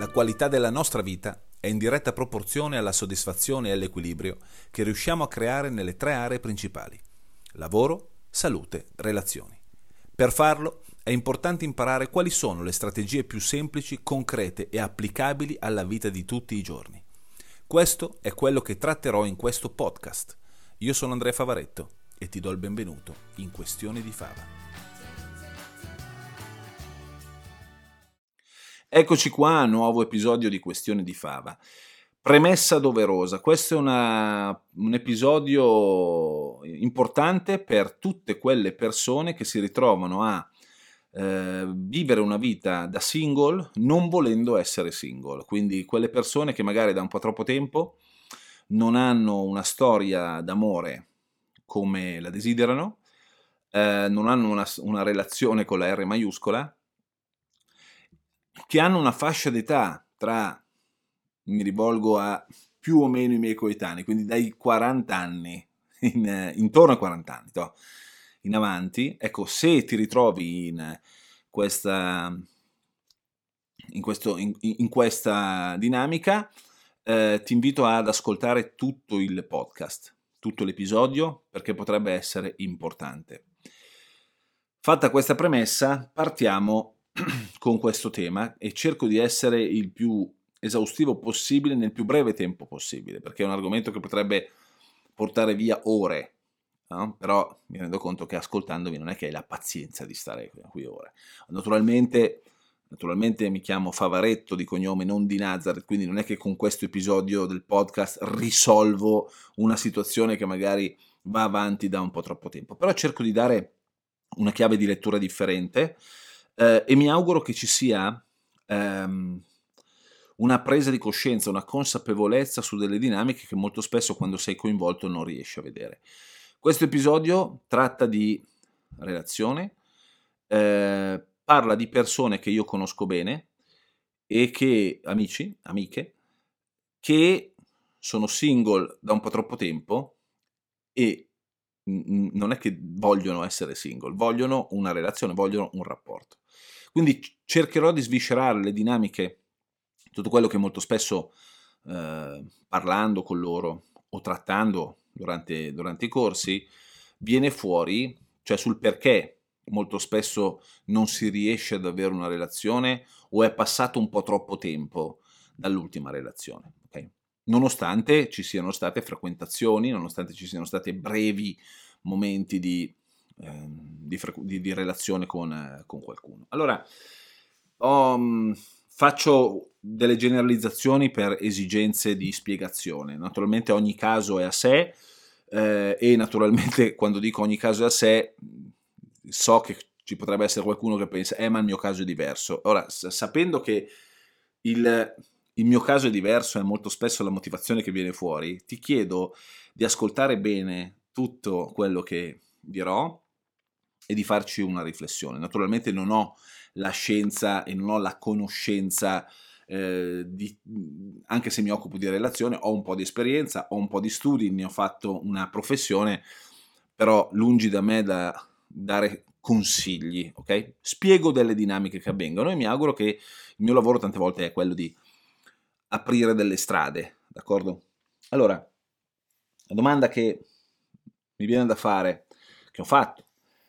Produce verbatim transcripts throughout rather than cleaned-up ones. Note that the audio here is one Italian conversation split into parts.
qualità della nostra vita è in diretta proporzione alla soddisfazione e all'equilibrio che riusciamo a creare nelle tre aree principali: lavoro, salute, relazioni. Per farlo è importante imparare quali sono le strategie più semplici, concrete e applicabili alla vita di tutti i giorni. Questo è quello che tratterò in questo podcast. Io sono Andrea Favaretto e ti do il benvenuto in Questioni di Fava. Eccoci qua, nuovo episodio di Questioni di Fava. Premessa doverosa, questo è una, un episodio importante per tutte quelle persone che si ritrovano a eh, vivere una vita da single non volendo essere single, quindi quelle persone che magari da un po' troppo tempo non hanno una storia d'amore come la desiderano, eh, non hanno una, una relazione con la R maiuscola, che hanno una fascia d'età tra, mi rivolgo a più o meno i miei coetanei, quindi dai quaranta anni, in, intorno ai quaranta anni, to, in avanti. Ecco, se ti ritrovi in questa, in questo, in, in questa dinamica, eh, ti invito ad ascoltare tutto il podcast, tutto l'episodio, perché potrebbe essere importante. Fatta questa premessa, partiamo con questo tema e cerco di essere il più esaustivo possibile nel più breve tempo possibile, perché è un argomento che potrebbe portare via ore, no? Però mi rendo conto che ascoltandomi non è che hai la pazienza di stare qui ore. Naturalmente, naturalmente mi chiamo Favaretto di cognome, non di Nazareth, quindi non è che con questo episodio del podcast risolvo una situazione che magari va avanti da un po' troppo tempo, però cerco di dare una chiave di lettura differente. Eh, e mi auguro che ci sia ehm, una presa di coscienza, una consapevolezza su delle dinamiche che molto spesso quando sei coinvolto non riesci a vedere. Questo episodio tratta di relazione, eh, parla di persone che io conosco bene e che, amici, amiche, che sono single da un po' troppo tempo e non è che vogliono essere single, vogliono una relazione, vogliono un rapporto. Quindi cercherò di sviscerare le dinamiche, tutto quello che molto spesso eh, parlando con loro o trattando durante, durante i corsi viene fuori, cioè sul perché molto spesso non si riesce ad avere una relazione o è passato un po' troppo tempo dall'ultima relazione. Okay? Nonostante ci siano state frequentazioni, nonostante ci siano state brevi momenti di, eh, di, frequ- di, di relazione con, eh, con qualcuno. Allora, um, faccio delle generalizzazioni per esigenze di spiegazione. Naturalmente ogni caso è a sé eh, e naturalmente quando dico ogni caso è a sé so che ci potrebbe essere qualcuno che pensa eh ma il mio caso è diverso. Ora, s- sapendo che il... il mio caso è diverso, è molto spesso la motivazione che viene fuori, ti chiedo di ascoltare bene tutto quello che dirò e di farci una riflessione. Naturalmente non ho la scienza e non ho la conoscenza, eh, di, anche se mi occupo di relazione, ho un po' di esperienza, ho un po' di studi, ne ho fatto una professione, però lungi da me da dare consigli, ok? Spiego delle dinamiche che avvengono e mi auguro che il mio lavoro tante volte è quello di aprire delle strade, d'accordo? Allora, la domanda che mi viene da fare, che ho fatto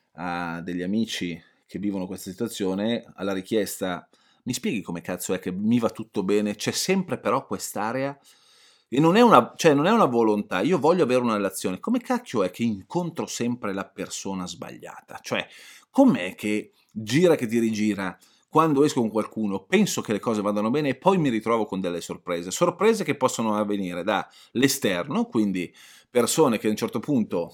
a degli amici che vivono questa situazione, alla richiesta, mi spieghi come cazzo è che mi va tutto bene, c'è sempre però quest'area, e non è una, cioè non è una volontà, io voglio avere una relazione, come cacchio è che incontro sempre la persona sbagliata? Cioè, com'è che gira che ti rigira, quando esco con qualcuno penso che le cose vadano bene e poi mi ritrovo con delle sorprese, sorprese che possono avvenire dall'esterno, quindi persone che a un certo punto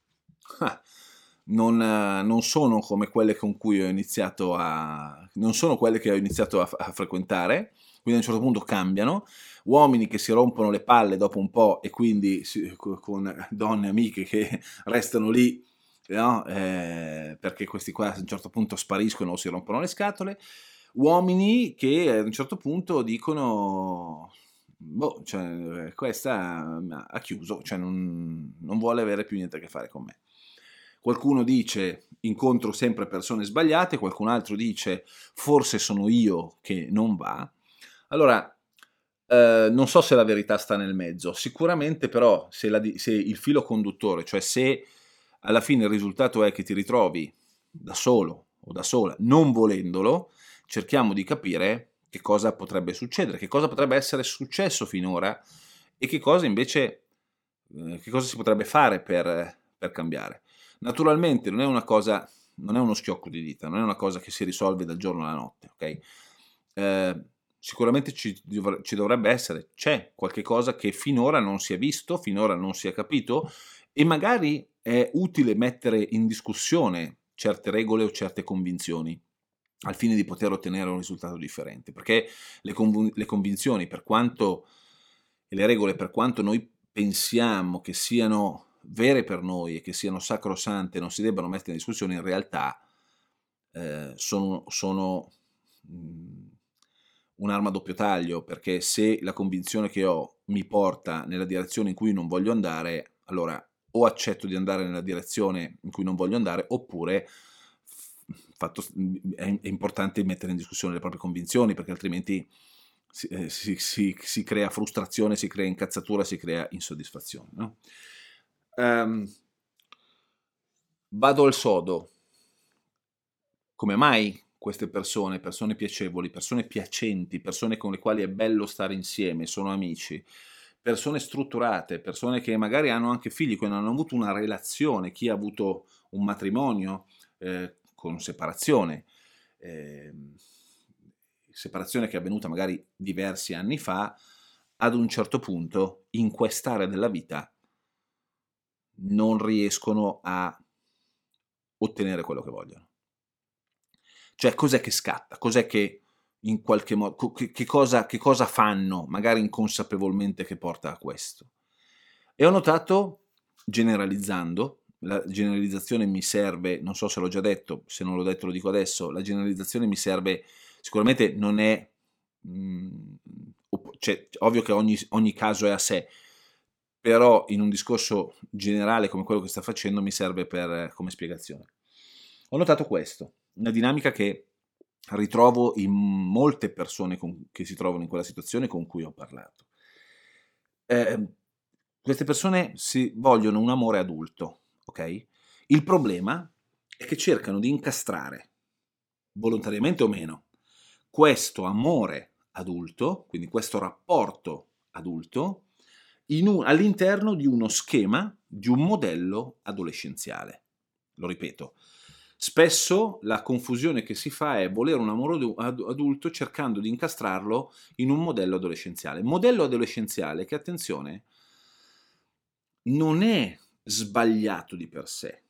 ah, non, non sono come quelle con cui ho iniziato a non sono quelle che ho iniziato a, a frequentare, quindi a un certo punto cambiano, uomini che si rompono le palle dopo un po' e quindi si, con donne amiche che restano lì, no? Eh, perché questi qua a un certo punto spariscono o si rompono le scatole, uomini che a un certo punto dicono boh, cioè, questa ha chiuso, cioè non, non vuole avere più niente a che fare con me. Qualcuno dice incontro sempre persone sbagliate, qualcun altro dice forse sono io che non va. Allora, eh, non so se la verità sta nel mezzo, sicuramente però se, la, se il filo conduttore, cioè se alla fine il risultato è che ti ritrovi da solo o da sola, non volendolo, cerchiamo di capire che cosa potrebbe succedere, che cosa potrebbe essere successo finora e che cosa invece, eh, che cosa si potrebbe fare per, per cambiare. Naturalmente non è una cosa, non è uno schiocco di dita, non è una cosa che si risolve dal giorno alla notte, ok? Eh, sicuramente ci, ci dovrebbe essere, c'è qualche cosa che finora non si è visto, finora non si è capito e magari è utile mettere in discussione certe regole o certe convinzioni al fine di poter ottenere un risultato differente, perché le, conv- le convinzioni, per quanto e le regole, per quanto noi pensiamo che siano vere per noi e che siano sacrosante, non si debbano mettere in discussione, in realtà eh, sono, sono mh, un'arma a doppio taglio, perché se la convinzione che ho mi porta nella direzione in cui non voglio andare, allora o accetto di andare nella direzione in cui non voglio andare, oppure fatto, è, è importante mettere in discussione le proprie convinzioni, perché altrimenti si, eh, si, si, si crea frustrazione, si crea incazzatura, si crea insoddisfazione. No? Um, vado al sodo. Come mai queste persone, persone piacevoli, persone piacenti, persone con le quali è bello stare insieme, sono amici, persone strutturate, persone che magari hanno anche figli, quindi hanno avuto una relazione, chi ha avuto un matrimonio eh, con separazione, eh, separazione che è avvenuta magari diversi anni fa, ad un certo punto in quest'area della vita non riescono a ottenere quello che vogliono. Cioè, cos'è che scatta? Cos'è che in qualche modo, che, che, cosa, che cosa fanno, magari inconsapevolmente, che porta a questo? E ho notato, generalizzando, la generalizzazione mi serve, non so se l'ho già detto, se non l'ho detto lo dico adesso, la generalizzazione mi serve, sicuramente non è, mh, cioè, ovvio che ogni, ogni caso è a sé, però in un discorso generale come quello che sta facendo mi serve per, come spiegazione. Ho notato questo, una dinamica che ritrovo in molte persone con, che si trovano in quella situazione con cui ho parlato. Eh, queste persone si vogliono un amore adulto, ok? Il problema è che cercano di incastrare, volontariamente o meno, questo amore adulto, quindi questo rapporto adulto, in un, all'interno di uno schema, di un modello adolescenziale. Lo ripeto, spesso la confusione che si fa è volere un amore adulto cercando di incastrarlo in un modello adolescenziale. Modello adolescenziale che, attenzione, non è sbagliato di per sé.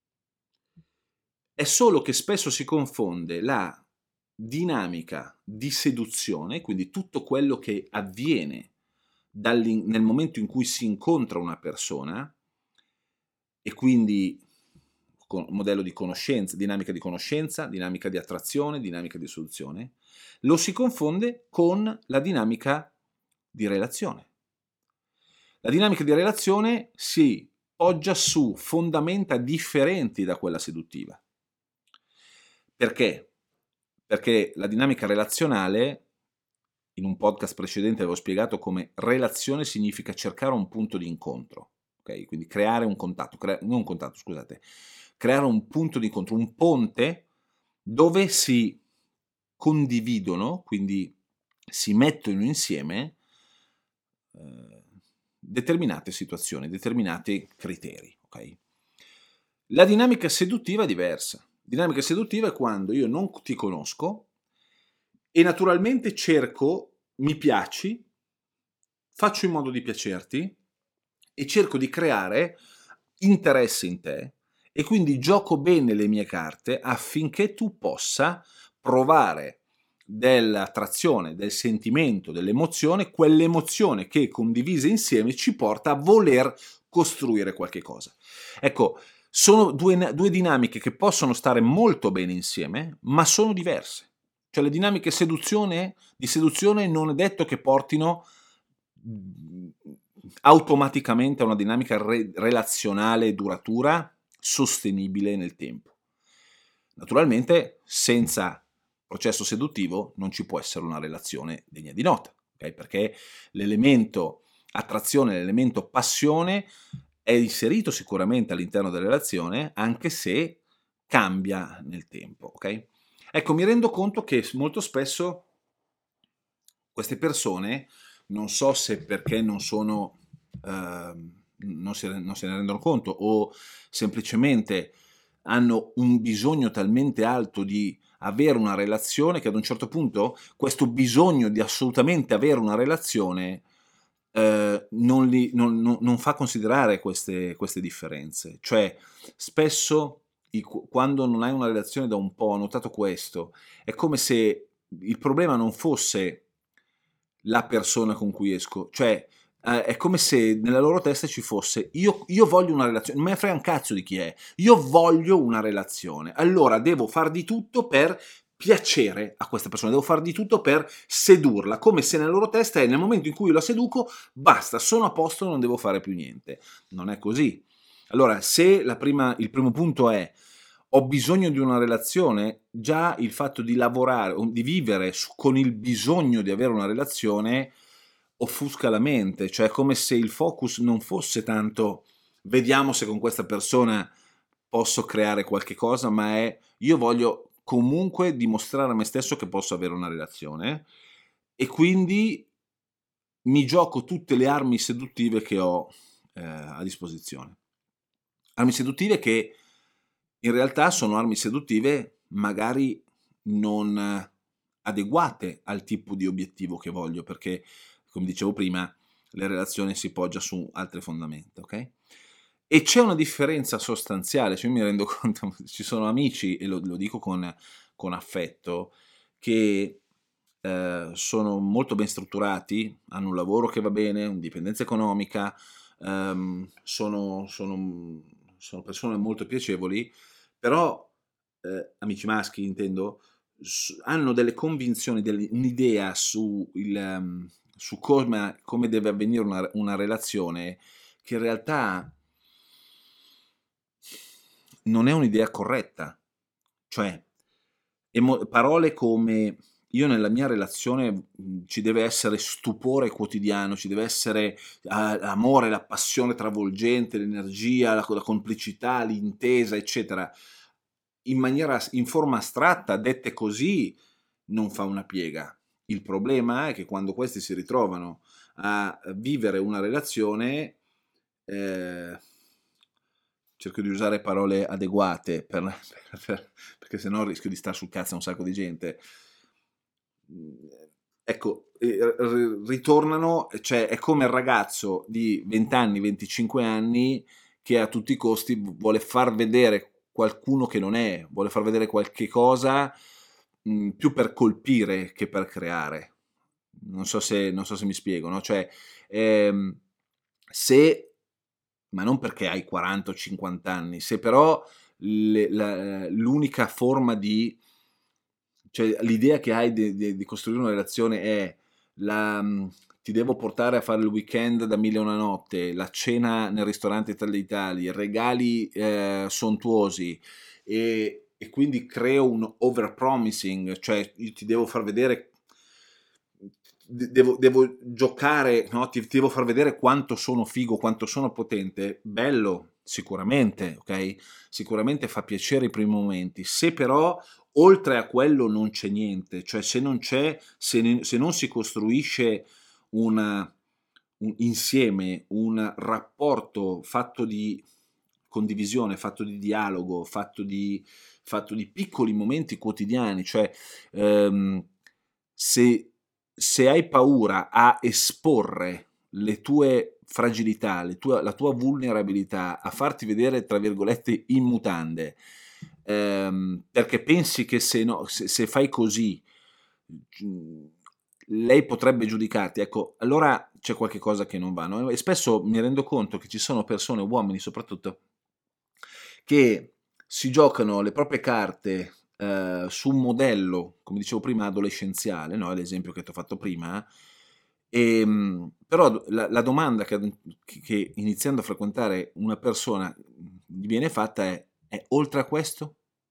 È solo che spesso si confonde la dinamica di seduzione, quindi tutto quello che avviene nel momento in cui si incontra una persona, e quindi modello di conoscenza, dinamica di conoscenza, dinamica di attrazione, dinamica di seduzione, lo si confonde con la dinamica di relazione. La dinamica di relazione si poggia su fondamenta differenti da quella seduttiva. Perché? Perché la dinamica relazionale, in un podcast precedente avevo spiegato come relazione significa cercare un punto di incontro, ok? Quindi creare un contatto, crea- non un contatto, scusate, creare un punto di incontro, un ponte dove si condividono, quindi si mettono insieme eh, determinate situazioni, determinati criteri, ok? La dinamica seduttiva è diversa. La dinamica seduttiva è quando io non ti conosco e naturalmente cerco, mi piaci, faccio in modo di piacerti e cerco di creare interesse in te e quindi gioco bene le mie carte affinché tu possa provare dell'attrazione, del sentimento, dell'emozione, quell'emozione che condivisa insieme ci porta a voler costruire qualche cosa. Ecco, sono due, due dinamiche che possono stare molto bene insieme, ma sono diverse. Cioè le dinamiche seduzione, di seduzione non è detto che portino automaticamente a una dinamica re- relazionale duratura, sostenibile nel tempo. Naturalmente senza processo seduttivo non ci può essere una relazione degna di nota, okay? Perché l'elemento attrazione, l'elemento passione è inserito sicuramente all'interno della relazione, anche se cambia nel tempo, ok? Ecco, mi rendo conto che molto spesso queste persone, non so se perché non sono, ehm, non se, non se ne rendono conto o semplicemente hanno un bisogno talmente alto di avere una relazione che ad un certo punto questo bisogno di assolutamente avere una relazione eh, non, li, non, non, non fa considerare queste, queste differenze. Cioè, spesso i, quando non hai una relazione da un po', ho notato questo, è come se il problema non fosse la persona con cui esco, cioè eh, è come se nella loro testa ci fosse io, io voglio una relazione, non me ne frega un cazzo di chi è, io voglio una relazione, allora devo far di tutto per piacere a questa persona, devo far di tutto per sedurla, come se nella loro testa è nel momento in cui io la seduco, basta, sono a posto, non devo fare più niente. Non è così. Allora, se la prima, il primo punto è ho bisogno di una relazione, già il fatto di lavorare, di vivere su, con il bisogno di avere una relazione offusca la mente, cioè è come se il focus non fosse tanto vediamo se con questa persona posso creare qualche cosa, ma è io voglio comunque dimostrare a me stesso che posso avere una relazione e quindi mi gioco tutte le armi seduttive che ho eh, a disposizione. Armi seduttive che in realtà sono armi seduttive magari non adeguate al tipo di obiettivo che voglio, perché, come dicevo prima, la relazione si poggia su altre fondamenta, ok? E c'è una differenza sostanziale, cioè io mi rendo conto, ci sono amici, e lo, lo dico con, con affetto, che eh, sono molto ben strutturati, hanno un lavoro che va bene, un'indipendenza economica, ehm, sono, sono, sono persone molto piacevoli, però eh, amici maschi intendo, s- hanno delle convinzioni, delle- un'idea su, il, um, su come, come deve avvenire una, una relazione che in realtà non è un'idea corretta. Cioè, emo- parole come io nella mia relazione mh, ci deve essere stupore quotidiano, ci deve essere ah, l'amore, la passione travolgente, l'energia, la, la complicità, l'intesa, eccetera. In maniera, in forma astratta, dette così, non fa una piega. Il problema è che quando questi si ritrovano a vivere una relazione, eh, cerco di usare parole adeguate per, per, per, perché sennò rischio di star sul cazzo a un sacco di gente. Ecco, ritornano, cioè è come il ragazzo di venti anni, venticinque anni che a tutti i costi vuole far vedere qualcuno che non è, vuole far vedere qualche cosa mh, più per colpire che per creare. Non so se, non so se mi spiego, no? Cioè, ehm, se, ma non perché hai quaranta o cinquanta anni, se però le, la, l'unica forma di, cioè l'idea che hai di, di, di costruire una relazione è la, ti devo portare a fare il weekend da mille e una notte, la cena nel ristorante Italia Italia, regali eh, sontuosi e, e quindi creo un overpromising, cioè io ti devo far vedere Devo, devo giocare, no? Ti, ti devo far vedere quanto sono figo, quanto sono potente. Bello, sicuramente, ok? Sicuramente fa piacere i primi momenti. Se però oltre a quello non c'è niente, cioè se non c'è, se, ne- se non si costruisce una, un insieme, un rapporto fatto di condivisione, fatto di dialogo, fatto di, fatto di piccoli momenti quotidiani, cioè ehm, se se hai paura a esporre le tue fragilità, le tue, la tua vulnerabilità, a farti vedere, tra virgolette, in mutande, ehm, perché pensi che se, no, se, se fai così mh, lei potrebbe giudicarti, ecco, allora c'è qualche cosa che non va, no? E spesso mi rendo conto che ci sono persone, uomini soprattutto, che si giocano le proprie carte eh, su un modello, come dicevo prima, adolescenziale, no? L'esempio che ti ho fatto prima, e, mh, però la, la domanda che, che iniziando a frequentare una persona gli viene fatta è, è oltre a questo?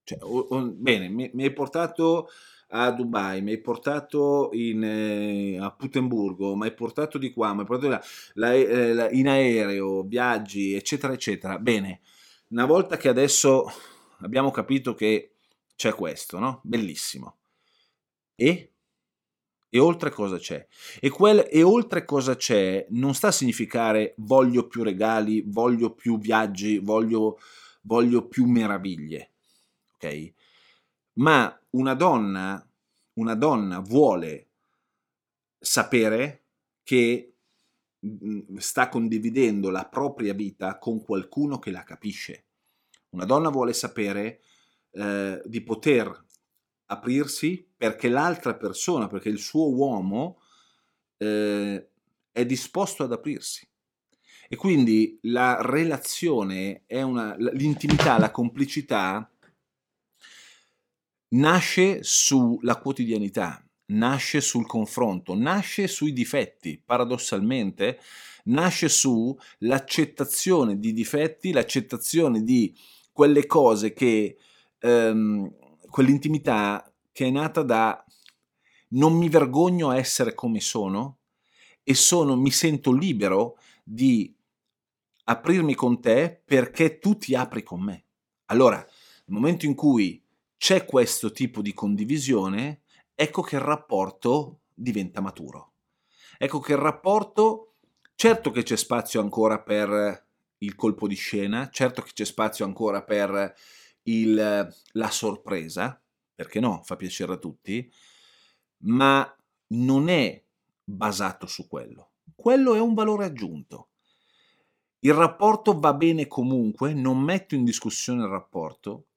Cioè, o, o, bene, mi, mi hai portato a Dubai, mi hai portato in, eh, a Puttemburgo, mi hai portato di qua, mi hai portato di là, la- eh, la- in aereo, viaggi, eccetera, eccetera. Bene, una volta che adesso abbiamo capito che c'è questo, no? Bellissimo. E? E oltre cosa c'è? E, quel, e oltre cosa c'è non sta a significare voglio più regali, voglio più viaggi, voglio, voglio più meraviglie, ok? Ma una donna, una donna vuole sapere che mm, sta condividendo la propria vita con qualcuno che la capisce. Una donna vuole sapere eh, di poter aprirsi perché l'altra persona, perché il suo uomo eh, è disposto ad aprirsi. E quindi la relazione è una, l'intimità, la complicità nasce sulla quotidianità, nasce sul confronto, nasce sui difetti, paradossalmente, nasce sull'accettazione di difetti, l'accettazione di quelle cose che, ehm, quell'intimità che è nata da non mi vergogno a essere come sono e sono, mi sento libero di aprirmi con te perché tu ti apri con me. Allora, nel momento in cui c'è questo tipo di condivisione, ecco che il rapporto diventa maturo. Ecco che il rapporto, certo che c'è spazio ancora per il colpo di scena, certo che c'è spazio ancora per il, la sorpresa, perché no, fa piacere a tutti, ma non è basato su quello. Quello è un valore aggiunto. Il rapporto va bene comunque, non metto in discussione il rapporto.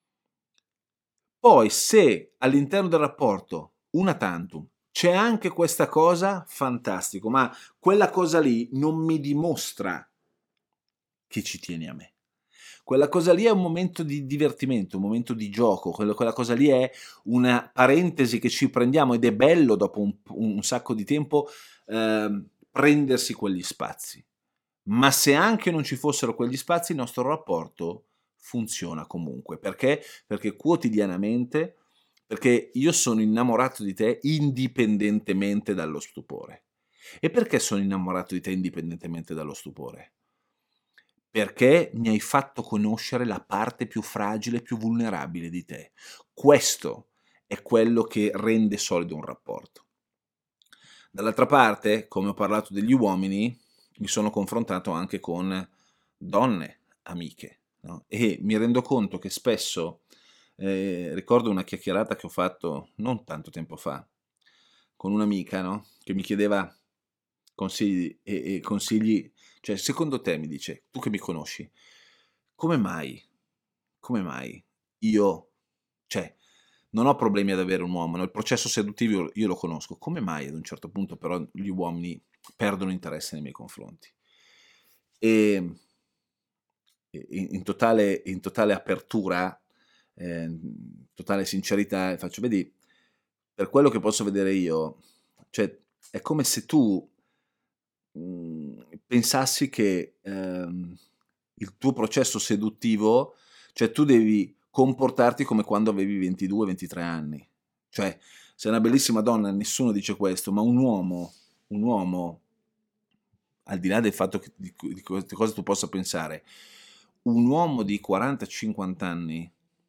Poi se all'interno del rapporto, una tantum, c'è anche questa cosa, fantastico, ma quella cosa lì non mi dimostra che ci tieni a me. Quella cosa lì è un momento di divertimento, un momento di gioco, quello- quella cosa lì è una parentesi che ci prendiamo ed è bello dopo un, un sacco di tempo ehm, prendersi quegli spazi. Ma se anche non ci fossero quegli spazi, il nostro rapporto funziona comunque. Perché? Perché quotidianamente, perché io sono innamorato di te indipendentemente dallo stupore. E perché sono innamorato di te indipendentemente dallo stupore? Perché mi hai fatto conoscere la parte più fragile, più vulnerabile di te. Questo è quello che rende solido un rapporto. Dall'altra parte, come ho parlato degli uomini, mi sono confrontato anche con donne amiche, no? E mi rendo conto che spesso, eh, ricordo una chiacchierata che ho fatto non tanto tempo fa con un'amica, no? Che mi chiedeva consigli e, e consigli, cioè secondo te mi dice, tu che mi conosci, come mai, come mai io, cioè non ho problemi ad avere un uomo, no? Il processo seduttivo io, io lo conosco, come mai ad un certo punto però gli uomini perdono interesse nei miei confronti? E in, in totale, in totale apertura, eh, in totale sincerità, faccio, vedi, per quello che posso vedere io, cioè è come se tu mh, pensassi che ehm, il tuo processo seduttivo, cioè tu devi comportarti come quando avevi ventidue ventitré anni. Cioè, sei una bellissima donna, nessuno dice questo, ma un uomo, un uomo, al di là del fatto che di, di queste cose tu possa pensare, un uomo di quaranta cinquanta anni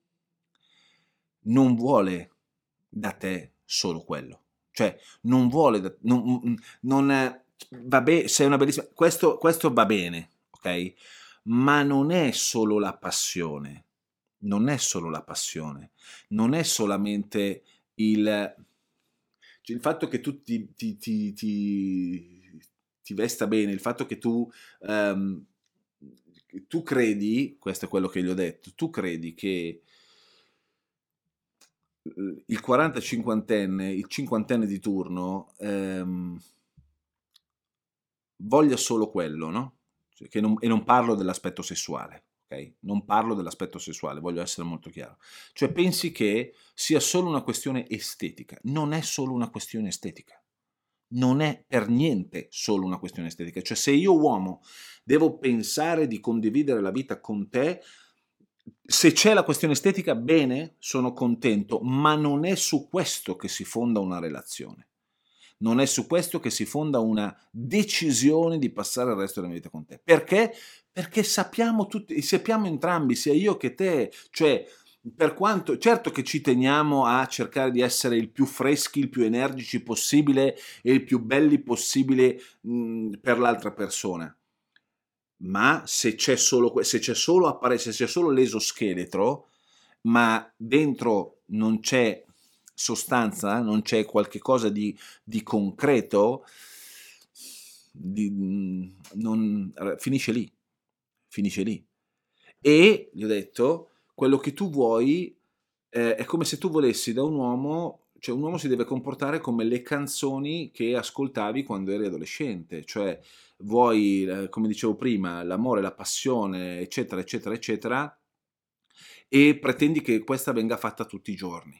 non vuole da te solo quello. Cioè, non vuole, da, non, non è, va bene, sei una bellissima, questo, questo va bene, ok? Ma non è solo la passione, non è solo la passione, non è solamente il, cioè il fatto che tu ti, ti, ti, ti, ti vesta bene, il fatto che tu, ehm, tu credi, questo è quello che gli ho detto, tu credi che il quaranta cinquantenne, il cinquantenne di turno, ehm, voglia solo quello, no? Cioè, che non, e non parlo dell'aspetto sessuale, ok? Non parlo dell'aspetto sessuale, voglio essere molto chiaro. Cioè pensi che sia solo una questione estetica. Non è solo una questione estetica. Non è per niente solo una questione estetica. Cioè se io uomo devo pensare di condividere la vita con te, Se c'è la questione estetica, bene, sono contento, ma non è su questo che si fonda una relazione. Non è su questo che si fonda una decisione di passare il resto della mia vita con te. Perché? Perché sappiamo tutti, sappiamo entrambi, sia io che te, cioè per quanto, certo che ci teniamo a cercare di essere il più freschi, il più energici possibile e il più belli possibile mh, per l'altra persona. Ma se c'è solo, se c'è solo appare- se c'è solo l'esoscheletro, ma dentro non c'è sostanza, non c'è qualche cosa di, di concreto, di, non, finisce lì, finisce lì. E gli ho detto, quello che tu vuoi eh, è come se tu volessi da un uomo, cioè un uomo si deve comportare come le canzoni che ascoltavi quando eri adolescente, cioè vuoi, eh, come dicevo prima, l'amore, la passione, eccetera, eccetera, eccetera, e pretendi che questa venga fatta tutti i giorni.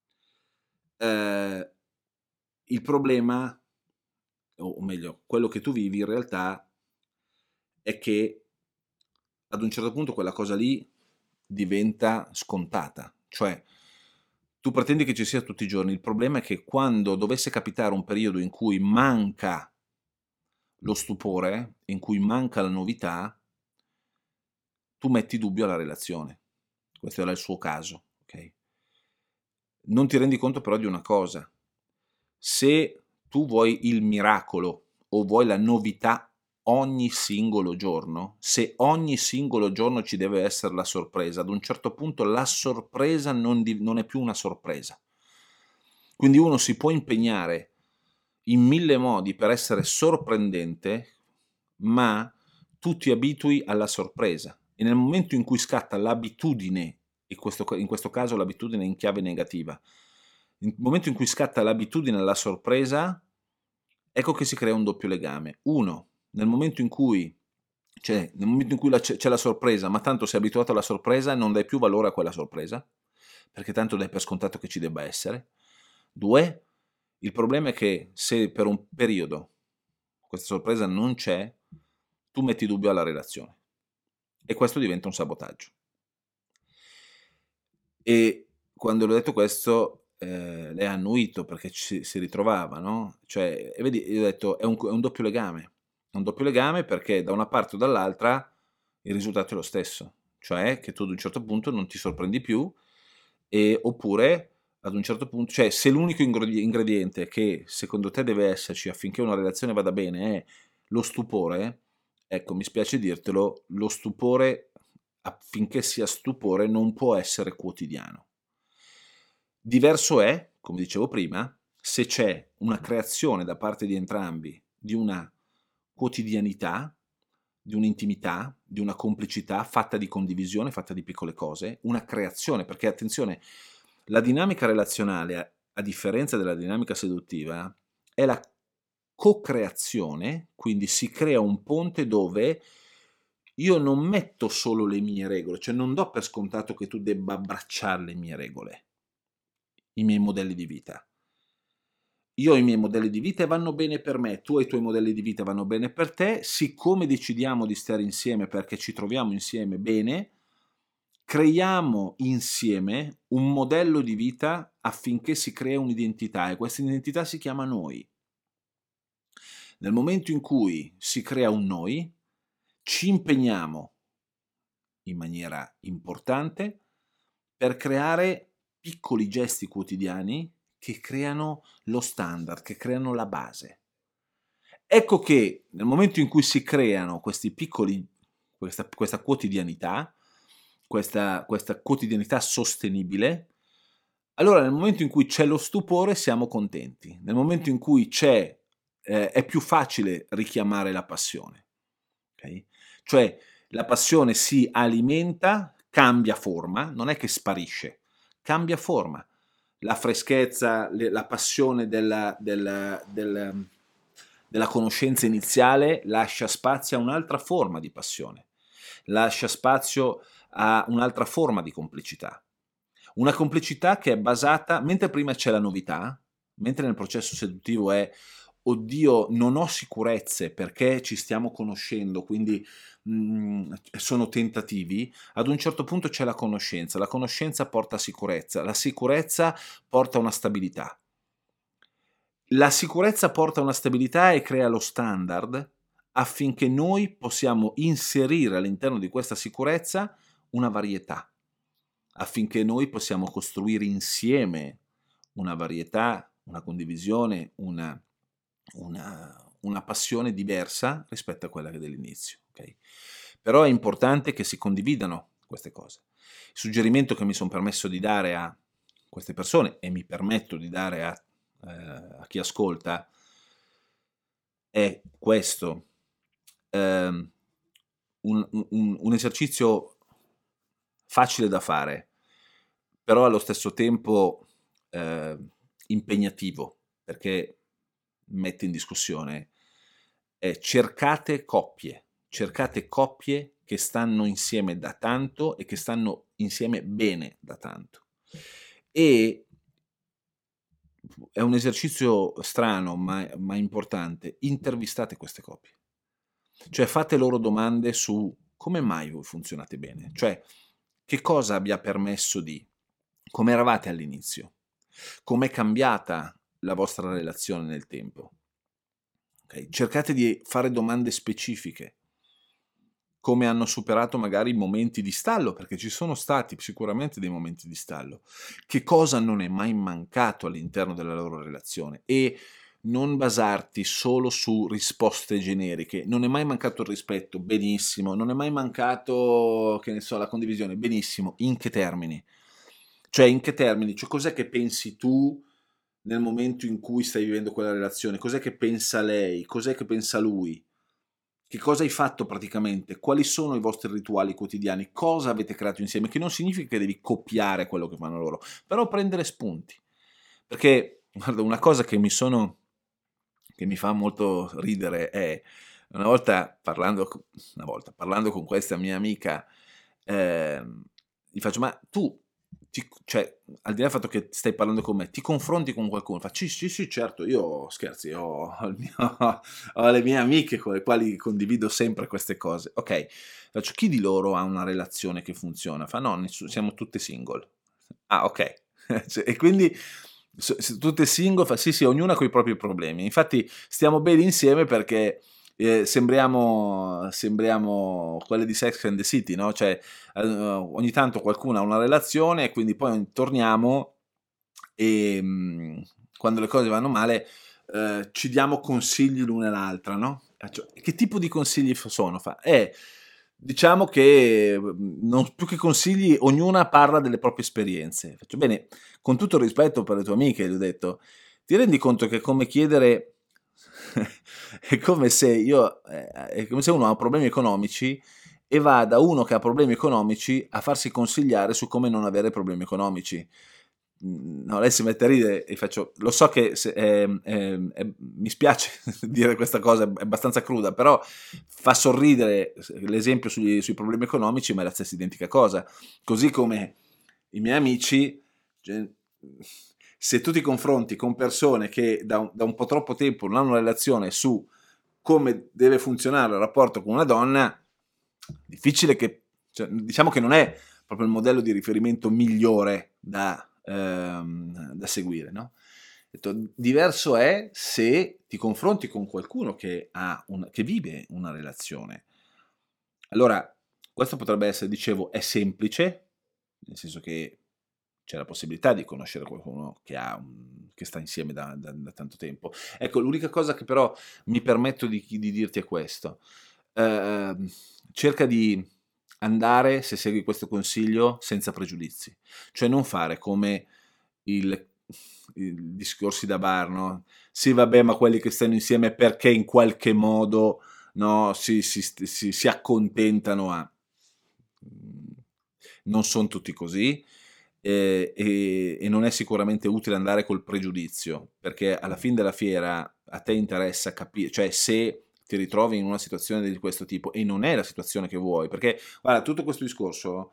Eh, il problema, o meglio, quello che tu vivi in realtà è che ad un certo punto quella cosa lì diventa scontata, cioè tu pretendi che ci sia tutti i giorni, il problema è che quando dovesse capitare un periodo in cui manca lo stupore, in cui manca la novità, tu metti dubbio alla relazione. Questo era il suo caso, ok? Non ti rendi conto però di una cosa: se tu vuoi il miracolo o vuoi la novità ogni singolo giorno, se ogni singolo giorno ci deve essere la sorpresa, ad un certo punto la sorpresa non, di, non è più una sorpresa. Quindi uno si può impegnare in mille modi per essere sorprendente, ma tu ti abitui alla sorpresa. E nel momento in cui scatta l'abitudine, in questo, in questo caso l'abitudine in chiave negativa, nel momento in cui scatta l'abitudine alla sorpresa, ecco che si crea un doppio legame. Uno, nel momento in cui, cioè, nel momento in cui la, c'è la sorpresa, ma tanto sei abituato alla sorpresa, non dai più valore a quella sorpresa, perché tanto dai per scontato che ci debba essere. Due, il problema è che se per un periodo questa sorpresa non c'è, tu metti dubbio alla relazione e questo diventa un sabotaggio. E quando le ho detto questo, eh, lei ha annuito perché ci si ritrovava, no? Cioè, e vedi, io ho detto, è un, è un doppio legame, è un doppio legame perché da una parte o dall'altra il risultato è lo stesso, cioè che tu ad un certo punto non ti sorprendi più, e, oppure ad un certo punto, cioè se l'unico ingrediente che secondo te deve esserci affinché una relazione vada bene è lo stupore, ecco, mi spiace dirtelo, lo stupore, affinché sia stupore, non può essere quotidiano. Diverso è, come dicevo prima, se c'è una creazione da parte di entrambi di una quotidianità, di un'intimità, di una complicità fatta di condivisione, fatta di piccole cose, una creazione, perché attenzione, la dinamica relazionale, a differenza della dinamica seduttiva, è la co-creazione, quindi si crea un ponte dove io non metto solo le mie regole, cioè non do per scontato che tu debba abbracciare le mie regole, i miei modelli di vita. Io ho i miei modelli di vita e vanno bene per me, tu hai i tuoi modelli di vita e vanno bene per te, siccome decidiamo di stare insieme perché ci troviamo insieme bene, creiamo insieme un modello di vita affinché si crea un'identità e questa identità si chiama noi. Nel momento in cui si crea un noi, ci impegniamo in maniera importante per creare piccoli gesti quotidiani che creano lo standard, che creano la base. Ecco che nel momento in cui si creano questi piccoli, questa, questa quotidianità, questa, questa quotidianità sostenibile, allora nel momento in cui c'è lo stupore siamo contenti, nel momento in cui c'è, eh, è più facile richiamare la passione. Okay? Cioè la passione si alimenta, cambia forma, non è che sparisce, cambia forma. La freschezza, le, la passione della, della, della, della conoscenza iniziale lascia spazio a un'altra forma di passione, lascia spazio a un'altra forma di complicità. Una complicità che è basata, mentre prima c'è la novità, mentre nel processo seduttivo è oddio, non ho sicurezze perché ci stiamo conoscendo, quindi mh, sono tentativi, ad un certo punto c'è la conoscenza, la conoscenza porta sicurezza, la sicurezza porta una stabilità. La sicurezza porta una stabilità e crea lo standard affinché noi possiamo inserire all'interno di questa sicurezza una varietà, affinché noi possiamo costruire insieme una varietà, una condivisione, una, una, una passione diversa rispetto a quella che dell'inizio. Okay? Però è importante che si condividano queste cose. Il suggerimento che mi sono permesso di dare a queste persone, e mi permetto di dare a, eh, a chi ascolta, è questo. Um, un, un, un esercizio facile da fare, però allo stesso tempo eh, impegnativo, perché mette in discussione. Eh, cercate coppie, cercate coppie che stanno insieme da tanto e che stanno insieme bene da tanto. E è un esercizio strano, ma, ma importante. Intervistate queste coppie. Cioè fate loro domande su come mai voi funzionate bene. Cioè, che cosa vi ha permesso di... Come eravate all'inizio? Com'è cambiata la vostra relazione nel tempo? Okay? Cercate di fare domande specifiche. Come hanno superato magari momenti di stallo, perché ci sono stati sicuramente dei momenti di stallo. Che cosa non è mai mancato all'interno della loro relazione? E non basarti solo su risposte generiche. Non è mai mancato il rispetto? Benissimo. Non è mai mancato, che ne so, la condivisione? Benissimo. In che termini? Cioè, in che termini? Cioè, cos'è che pensi tu nel momento in cui stai vivendo quella relazione? Cos'è che pensa lei? Cos'è che pensa lui? Che cosa hai fatto praticamente? Quali sono i vostri rituali quotidiani? Cosa avete creato insieme? Che non significa che devi copiare quello che fanno loro, però prendere spunti. Perché, guarda, una cosa che mi sono, che mi fa molto ridere è, una volta parlando, una volta, parlando con questa mia amica, eh, gli faccio, ma tu, ti, cioè, al di là del fatto che stai parlando con me, ti confronti con qualcuno? Fa, sì, sì, sì, certo, io scherzi, ho, ho il mio, ho le mie amiche con le quali condivido sempre queste cose. Ok, faccio, chi di loro ha una relazione che funziona? Fa, no, nessuno, siamo tutte single. Ah, ok. Cioè, e quindi se tutte single, fa sì sì, ognuna con i propri problemi. Infatti stiamo bene insieme perché eh, sembriamo, sembriamo quelle di Sex and the City, no? Cioè eh, ogni tanto qualcuno ha una relazione e quindi poi torniamo e mh, quando le cose vanno male eh, ci diamo consigli l'una all'altra, no? Cioè, che tipo di consigli sono? Fa, eh, diciamo che non, più che consigli, ognuna parla delle proprie esperienze. Faccio bene, con tutto il rispetto per le tue amiche, gli ho detto, ti rendi conto che è come chiedere, è come se io, eh, è come se uno ha problemi economici e va da uno che ha problemi economici a farsi consigliare su come non avere problemi economici. No, lei si mette a ridere e faccio, lo so che se, eh, eh, eh, mi spiace dire questa cosa, è abbastanza cruda, però fa sorridere l'esempio sugli, sui problemi economici, ma è la stessa identica cosa. Così come i miei amici, cioè, se tu ti confronti con persone che da un, da un po' troppo tempo non hanno una relazione su come deve funzionare il rapporto con una donna, difficile che, cioè, diciamo che non è proprio il modello di riferimento migliore da Ehm, da seguire, no? Detto, diverso è se ti confronti con qualcuno che, ha un, che vive una relazione. Allora, questo potrebbe essere, dicevo, è semplice, nel senso che c'è la possibilità di conoscere qualcuno che, ha un, che sta insieme da, da, da tanto tempo. Ecco, l'unica cosa che però mi permetto di, di dirti è questo. Eh, cerca di andare, se segui questo consiglio, senza pregiudizi. Cioè non fare come il, i discorsi da bar, no? Sì, vabbè, ma quelli che stanno insieme perché in qualche modo, no, si, si, si, si accontentano a... Non sono tutti così. E, e, e non è sicuramente utile andare col pregiudizio, perché alla fine della fiera a te interessa capire, cioè se ti ritrovi in una situazione di questo tipo e non è la situazione che vuoi, perché guarda, tutto questo discorso,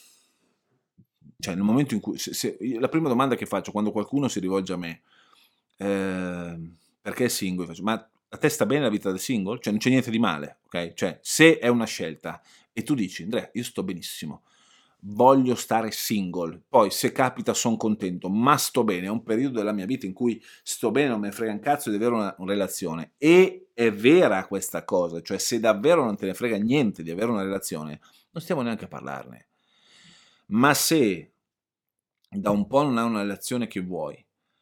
cioè nel momento in cui se, se, la prima domanda che faccio quando qualcuno si rivolge a me ehm, perché è single? Faccio, ma a te sta bene la vita del single? Cioè non c'è niente di male, ok? Cioè se è una scelta e tu dici, Andrea, io sto benissimo, voglio stare single, poi se capita sono contento, ma sto bene, è un periodo della mia vita in cui sto bene, non me ne frega un cazzo di avere una, una relazione, e è vera questa cosa, cioè se davvero non te ne frega niente di avere una relazione, non stiamo neanche a parlarne. Ma se da un po' non hai una relazione che vuoi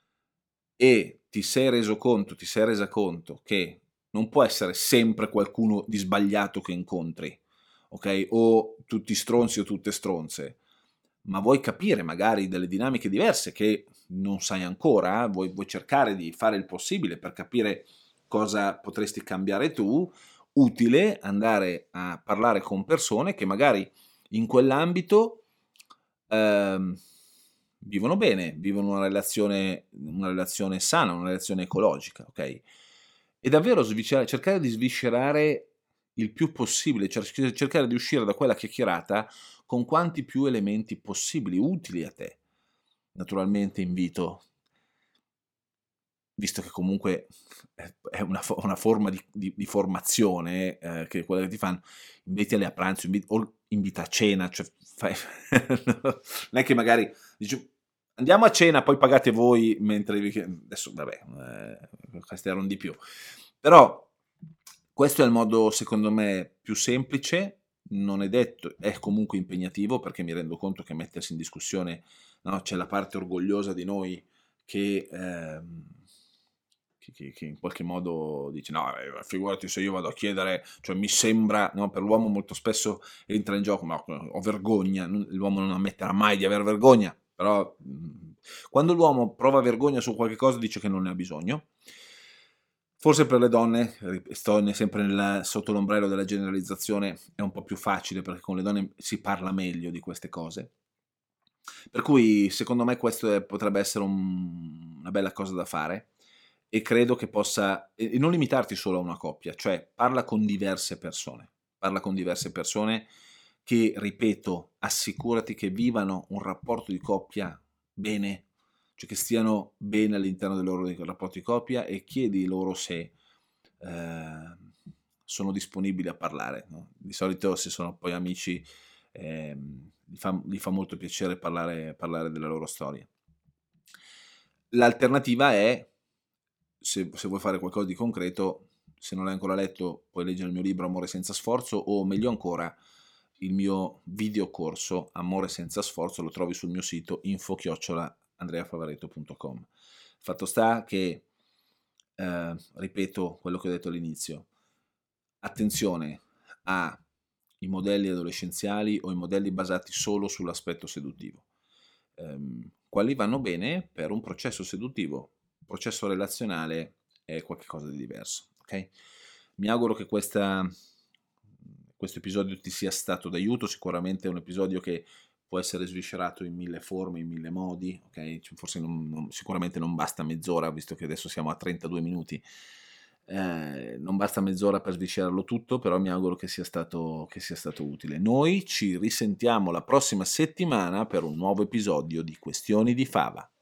e ti sei reso conto, ti sei resa conto che non può essere sempre qualcuno di sbagliato che incontri, ok? O tutti stronzi o tutte stronze, ma vuoi capire magari delle dinamiche diverse che non sai ancora, vuoi, vuoi cercare di fare il possibile per capire cosa potresti cambiare tu, utile andare a parlare con persone che magari in quell'ambito ehm, vivono bene, vivono una relazione, una relazione sana, una relazione ecologica, ok? E davvero sviscerare, cercare di sviscerare il più possibile, cer- cercare di uscire da quella chiacchierata con quanti più elementi possibili, utili a te. Naturalmente invito, visto che comunque è una, fo- una forma di, di- di formazione, eh, che è quella che ti fanno, invitali a pranzo, invi- o invita a cena, cioè fai... non è che magari dici andiamo a cena, poi pagate voi, mentre vi... adesso vabbè, eh, questi erano di più. Però questo è il modo, secondo me, più semplice, non è detto, è comunque impegnativo, perché mi rendo conto che mettersi in discussione, no, c'è la parte orgogliosa di noi che, ehm, che, che- che in qualche modo dice no, eh, figurati se io vado a chiedere, cioè mi sembra, no, per l'uomo molto spesso entra in gioco, ma ho vergogna, non- l'uomo non ammetterà mai di aver vergogna, però mh, quando l'uomo prova vergogna su qualche cosa dice che non ne ha bisogno. Forse per le donne, sto sempre nel, sotto l'ombrello della generalizzazione, è un po' più facile perché con le donne si parla meglio di queste cose. Per cui secondo me questo è- potrebbe essere un- una bella cosa da fare e credo che possa, e e non limitarti solo a una coppia, cioè parla con diverse persone, parla con diverse persone che, ripeto, assicurati che vivano un rapporto di coppia bene, cioè che stiano bene all'interno del loro rapporto di coppia, e chiedi loro se eh, sono disponibili a parlare, no? Di solito se sono poi amici ehm, gli, fa, gli fa molto piacere parlare, parlare della loro storia. L'alternativa è, se, se vuoi fare qualcosa di concreto, se non l'hai ancora letto, puoi leggere il mio libro Amore senza sforzo, o meglio ancora il mio videocorso Amore senza sforzo, lo trovi sul mio sito info chiocciola andreafavaretto punto com. Fatto sta che, eh, ripeto quello che ho detto all'inizio, attenzione ai modelli adolescenziali o i modelli basati solo sull'aspetto seduttivo. Ehm, quelli vanno bene per un processo seduttivo, processo relazionale è qualcosa di diverso, ok? Mi auguro che questa, questo episodio ti sia stato d'aiuto, sicuramente è un episodio che può essere sviscerato in mille forme, in mille modi, ok? Forse non, non, sicuramente non basta mezz'ora, visto che adesso siamo a trentadue minuti, eh, non basta mezz'ora per sviscerarlo tutto, però mi auguro che sia stato, che sia stato utile. Noi ci risentiamo la prossima settimana per un nuovo episodio di Questioni di Fava.